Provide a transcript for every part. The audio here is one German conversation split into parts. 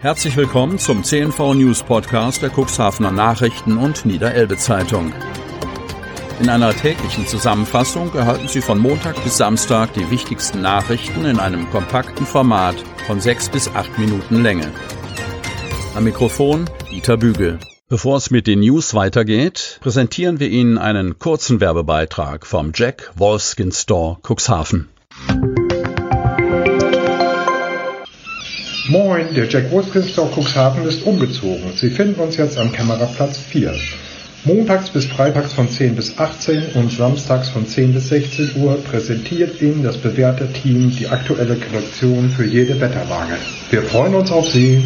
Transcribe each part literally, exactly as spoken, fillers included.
Herzlich willkommen zum C N V News Podcast der Cuxhavener Nachrichten und Niederelbe Zeitung. In einer täglichen Zusammenfassung erhalten Sie von Montag bis Samstag die wichtigsten Nachrichten in einem kompakten Format von sechs bis acht Minuten Länge. Am Mikrofon Dieter Bügel. Bevor es mit den News weitergeht, präsentieren wir Ihnen einen kurzen Werbebeitrag vom Jack Wolfskin Store Cuxhaven. Moin, der Jack Wolfskin Store Cuxhaven ist umgezogen. Sie finden uns jetzt am Kämmererplatz vier. Montags bis freitags von zehn bis achtzehn und samstags von zehn bis sechzehn Uhr präsentiert Ihnen das bewährte Team die aktuelle Kollektion für jede Wetterlage. Wir freuen uns auf Sie.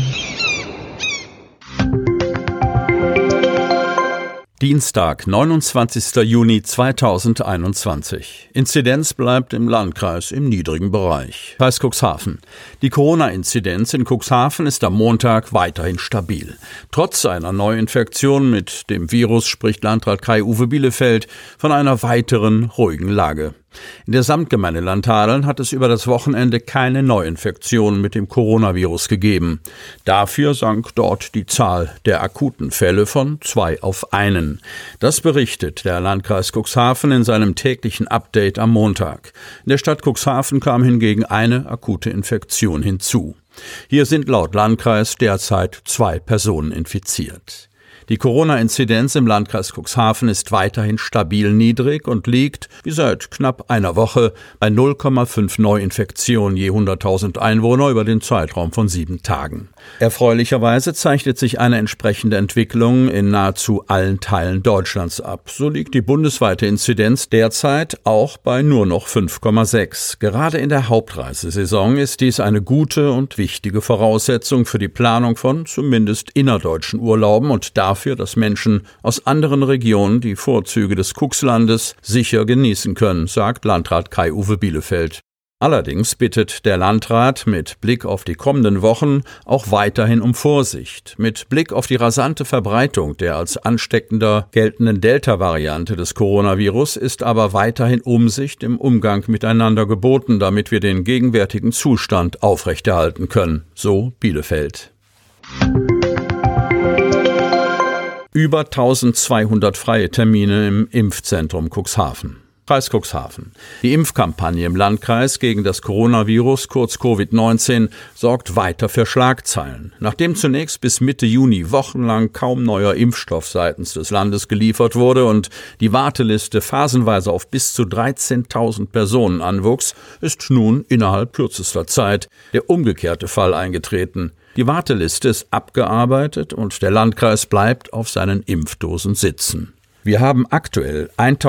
Dienstag, neunundzwanzigster Juni zweitausendeinundzwanzig. Inzidenz bleibt im Landkreis im niedrigen Bereich. Kreis Cuxhaven. Die Corona-Inzidenz in Cuxhaven ist am Montag weiterhin stabil. Trotz einer Neuinfektion mit dem Virus spricht Landrat Kai-Uwe Bielefeld von einer weiteren ruhigen Lage. In der Samtgemeinde Landhadeln hat es über das Wochenende keine Neuinfektionen mit dem Coronavirus gegeben. Dafür sank dort die Zahl der akuten Fälle von zwei auf einen. Das berichtet der Landkreis Cuxhaven in seinem täglichen Update am Montag. In der Stadt Cuxhaven kam hingegen eine akute Infektion hinzu. Hier sind laut Landkreis derzeit zwei Personen infiziert. Die Corona-Inzidenz im Landkreis Cuxhaven ist weiterhin stabil niedrig und liegt, wie seit knapp einer Woche, bei null Komma fünf Neuinfektionen je hunderttausend Einwohner über den Zeitraum von sieben Tagen. Erfreulicherweise zeichnet sich eine entsprechende Entwicklung in nahezu allen Teilen Deutschlands ab. So liegt die bundesweite Inzidenz derzeit auch bei nur noch fünf Komma sechs. Gerade in der Hauptreisesaison ist dies eine gute und wichtige Voraussetzung für die Planung von zumindest innerdeutschen Urlauben und dafür, dass Menschen aus anderen Regionen die Vorzüge des Cuxlandes sicher genießen können, sagt Landrat Kai-Uwe Bielefeld. Allerdings bittet der Landrat mit Blick auf die kommenden Wochen auch weiterhin um Vorsicht. Mit Blick auf die rasante Verbreitung der als ansteckender geltenden Delta-Variante des Coronavirus ist aber weiterhin Umsicht im Umgang miteinander geboten, damit wir den gegenwärtigen Zustand aufrechterhalten können, so Bielefeld. Über eintausendzweihundert freie Termine im Impfzentrum Cuxhaven. Kreis Cuxhaven. Die Impfkampagne im Landkreis gegen das Coronavirus, kurz Covid neunzehn, sorgt weiter für Schlagzeilen. Nachdem zunächst bis Mitte Juni wochenlang kaum neuer Impfstoff seitens des Landes geliefert wurde und die Warteliste phasenweise auf bis zu dreizehntausend Personen anwuchs, ist nun innerhalb kürzester Zeit der umgekehrte Fall eingetreten. Die Warteliste ist abgearbeitet und der Landkreis bleibt auf seinen Impfdosen sitzen. Wir haben aktuell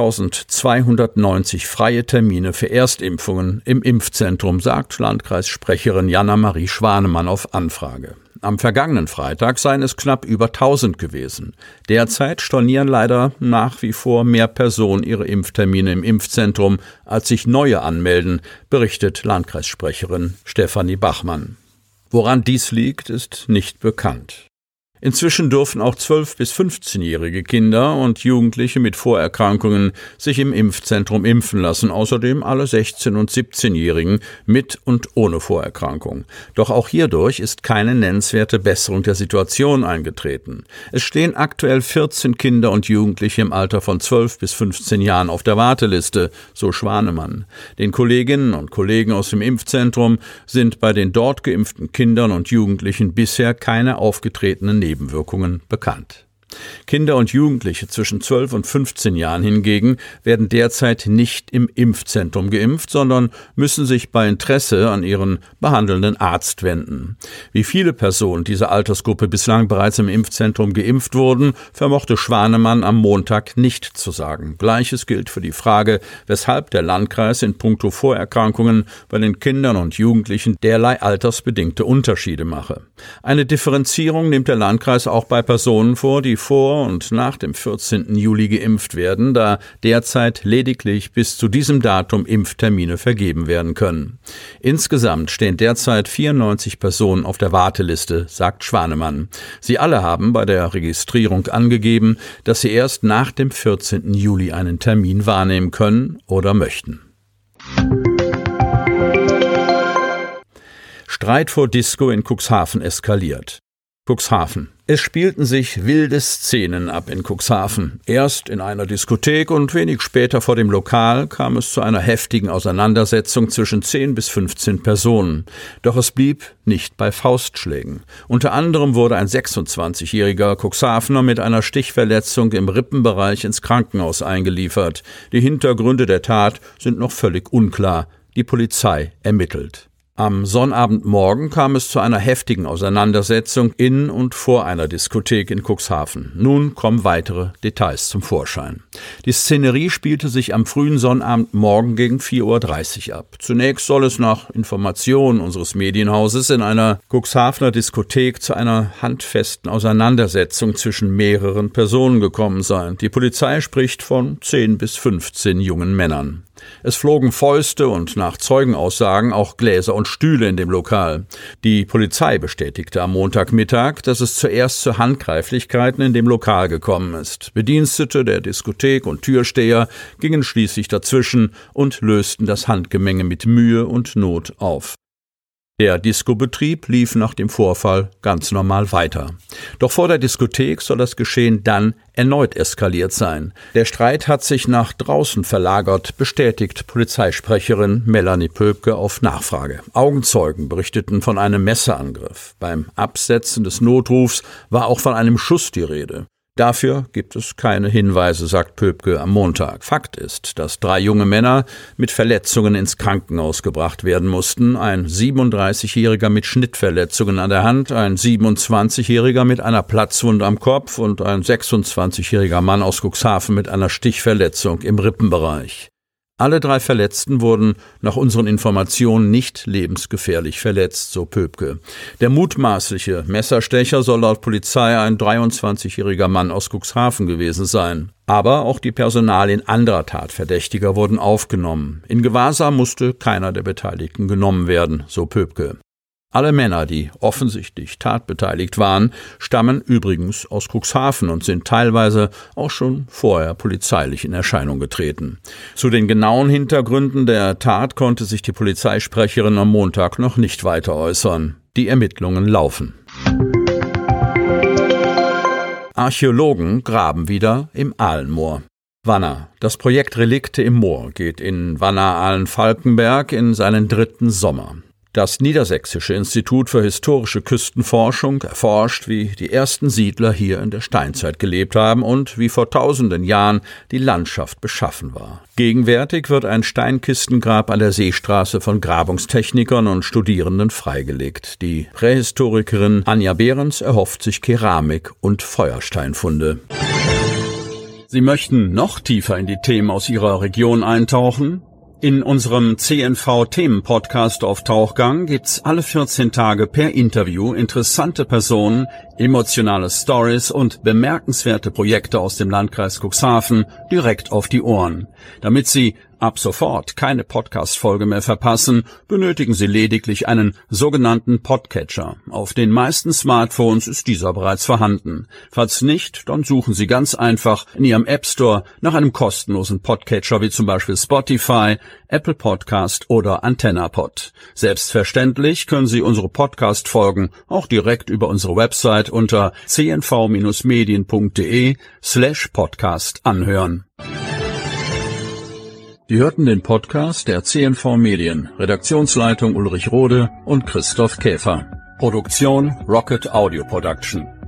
eintausendzweihundertneunzig freie Termine für Erstimpfungen im Impfzentrum, sagt Landkreissprecherin Jana-Marie Schwanemann auf Anfrage. Am vergangenen Freitag seien es knapp über tausend gewesen. Derzeit stornieren leider nach wie vor mehr Personen ihre Impftermine im Impfzentrum, als sich neue anmelden, berichtet Landkreissprecherin Stefanie Bachmann. Woran dies liegt, ist nicht bekannt. Inzwischen dürfen auch zwölf- bis fünfzehnjährige Kinder und Jugendliche mit Vorerkrankungen sich im Impfzentrum impfen lassen, außerdem alle sechzehn- und siebzehnjährigen mit und ohne Vorerkrankung. Doch auch hierdurch ist keine nennenswerte Besserung der Situation eingetreten. Es stehen aktuell vierzehn Kinder und Jugendliche im Alter von zwölf bis fünfzehn Jahren auf der Warteliste, so Schwanemann. Den Kolleginnen und Kollegen aus dem Impfzentrum sind bei den dort geimpften Kindern und Jugendlichen bisher keine aufgetretenen Nebenwirkungen bekannt. Kinder und Jugendliche zwischen zwölf und fünfzehn Jahren hingegen werden derzeit nicht im Impfzentrum geimpft, sondern müssen sich bei Interesse an ihren behandelnden Arzt wenden. Wie viele Personen dieser Altersgruppe bislang bereits im Impfzentrum geimpft wurden, vermochte Schwanemann am Montag nicht zu sagen. Gleiches gilt für die Frage, weshalb der Landkreis in puncto Vorerkrankungen bei den Kindern und Jugendlichen derlei altersbedingte Unterschiede mache. Eine Differenzierung nimmt der Landkreis auch bei Personen vor, die vor und nach dem vierzehnten Juli geimpft werden, da derzeit lediglich bis zu diesem Datum Impftermine vergeben werden können. Insgesamt stehen derzeit vierundneunzig Personen auf der Warteliste, sagt Schwanemann. Sie alle haben bei der Registrierung angegeben, dass sie erst nach dem vierzehnten Juli einen Termin wahrnehmen können oder möchten. Streit vor Disco in Cuxhaven eskaliert. Cuxhaven. Es spielten sich wilde Szenen ab in Cuxhaven. Erst in einer Diskothek und wenig später vor dem Lokal kam es zu einer heftigen Auseinandersetzung zwischen zehn bis fünfzehn Personen. Doch es blieb nicht bei Faustschlägen. Unter anderem wurde ein sechsundzwanzigjähriger Cuxhavener mit einer Stichverletzung im Rippenbereich ins Krankenhaus eingeliefert. Die Hintergründe der Tat sind noch völlig unklar. Die Polizei ermittelt. Am Sonnabendmorgen kam es zu einer heftigen Auseinandersetzung in und vor einer Diskothek in Cuxhaven. Nun kommen weitere Details zum Vorschein. Die Szenerie spielte sich am frühen Sonnabendmorgen gegen vier Uhr dreißig ab. Zunächst soll es nach Informationen unseres Medienhauses in einer Cuxhavener Diskothek zu einer handfesten Auseinandersetzung zwischen mehreren Personen gekommen sein. Die Polizei spricht von zehn bis fünfzehn jungen Männern. Es flogen Fäuste und nach Zeugenaussagen auch Gläser und Stühle in dem Lokal. Die Polizei bestätigte am Montagmittag, dass es zuerst zu Handgreiflichkeiten in dem Lokal gekommen ist. Bedienstete der Diskothek und Türsteher gingen schließlich dazwischen und lösten das Handgemenge mit Mühe und Not auf. Der Diskobetrieb lief nach dem Vorfall ganz normal weiter. Doch vor der Diskothek soll das Geschehen dann erneut eskaliert sein. Der Streit hat sich nach draußen verlagert, bestätigt Polizeisprecherin Melanie Pöbke auf Nachfrage. Augenzeugen berichteten von einem Messerangriff. Beim Absetzen des Notrufs war auch von einem Schuss die Rede. Dafür gibt es keine Hinweise, sagt Pöbke am Montag. Fakt ist, dass drei junge Männer mit Verletzungen ins Krankenhaus gebracht werden mussten. Ein siebenunddreißigjähriger mit Schnittverletzungen an der Hand, ein siebenundzwanzigjähriger mit einer Platzwunde am Kopf und ein sechsundzwanzigjähriger Mann aus Cuxhaven mit einer Stichverletzung im Rippenbereich. Alle drei Verletzten wurden nach unseren Informationen nicht lebensgefährlich verletzt, so Pöbke. Der mutmaßliche Messerstecher soll laut Polizei ein dreiundzwanzigjähriger Mann aus Cuxhaven gewesen sein. Aber auch die Personalien anderer Tatverdächtiger wurden aufgenommen. In Gewahrsam musste keiner der Beteiligten genommen werden, so Pöbke. Alle Männer, die offensichtlich tatbeteiligt waren, stammen übrigens aus Cuxhaven und sind teilweise auch schon vorher polizeilich in Erscheinung getreten. Zu den genauen Hintergründen der Tat konnte sich die Polizeisprecherin am Montag noch nicht weiter äußern. Die Ermittlungen laufen. Archäologen graben wieder im Ahlenmoor. Wanner. Das Projekt Relikte im Moor geht in Wanner-Ahlen-Falkenberg in seinen dritten Sommer. Das Niedersächsische Institut für historische Küstenforschung erforscht, wie die ersten Siedler hier in der Steinzeit gelebt haben und wie vor tausenden Jahren die Landschaft beschaffen war. Gegenwärtig wird ein Steinkistengrab an der Seestraße von Grabungstechnikern und Studierenden freigelegt. Die Prähistorikerin Anja Behrens erhofft sich Keramik- und Feuersteinfunde. Sie möchten noch tiefer in die Themen aus Ihrer Region eintauchen? In unserem C N V-Themen-Podcast auf Tauchgang gibt's alle vierzehn Tage per Interview interessante Personen, emotionale Stories und bemerkenswerte Projekte aus dem Landkreis Cuxhaven direkt auf die Ohren. Damit Sie ab sofort keine Podcast-Folge mehr verpassen, benötigen Sie lediglich einen sogenannten Podcatcher. Auf den meisten Smartphones ist dieser bereits vorhanden. Falls nicht, dann suchen Sie ganz einfach in Ihrem App Store nach einem kostenlosen Podcatcher wie zum Beispiel Spotify, Apple Podcast oder AntennaPod. Selbstverständlich können Sie unsere Podcast-Folgen auch direkt über unsere Website unter c n v Bindestrich medien punkt d e slash podcast anhören. Sie hörten den Podcast der C N V Medien, Redaktionsleitung Ulrich Rode und Christoph Käfer. Produktion Rocket Audio Production.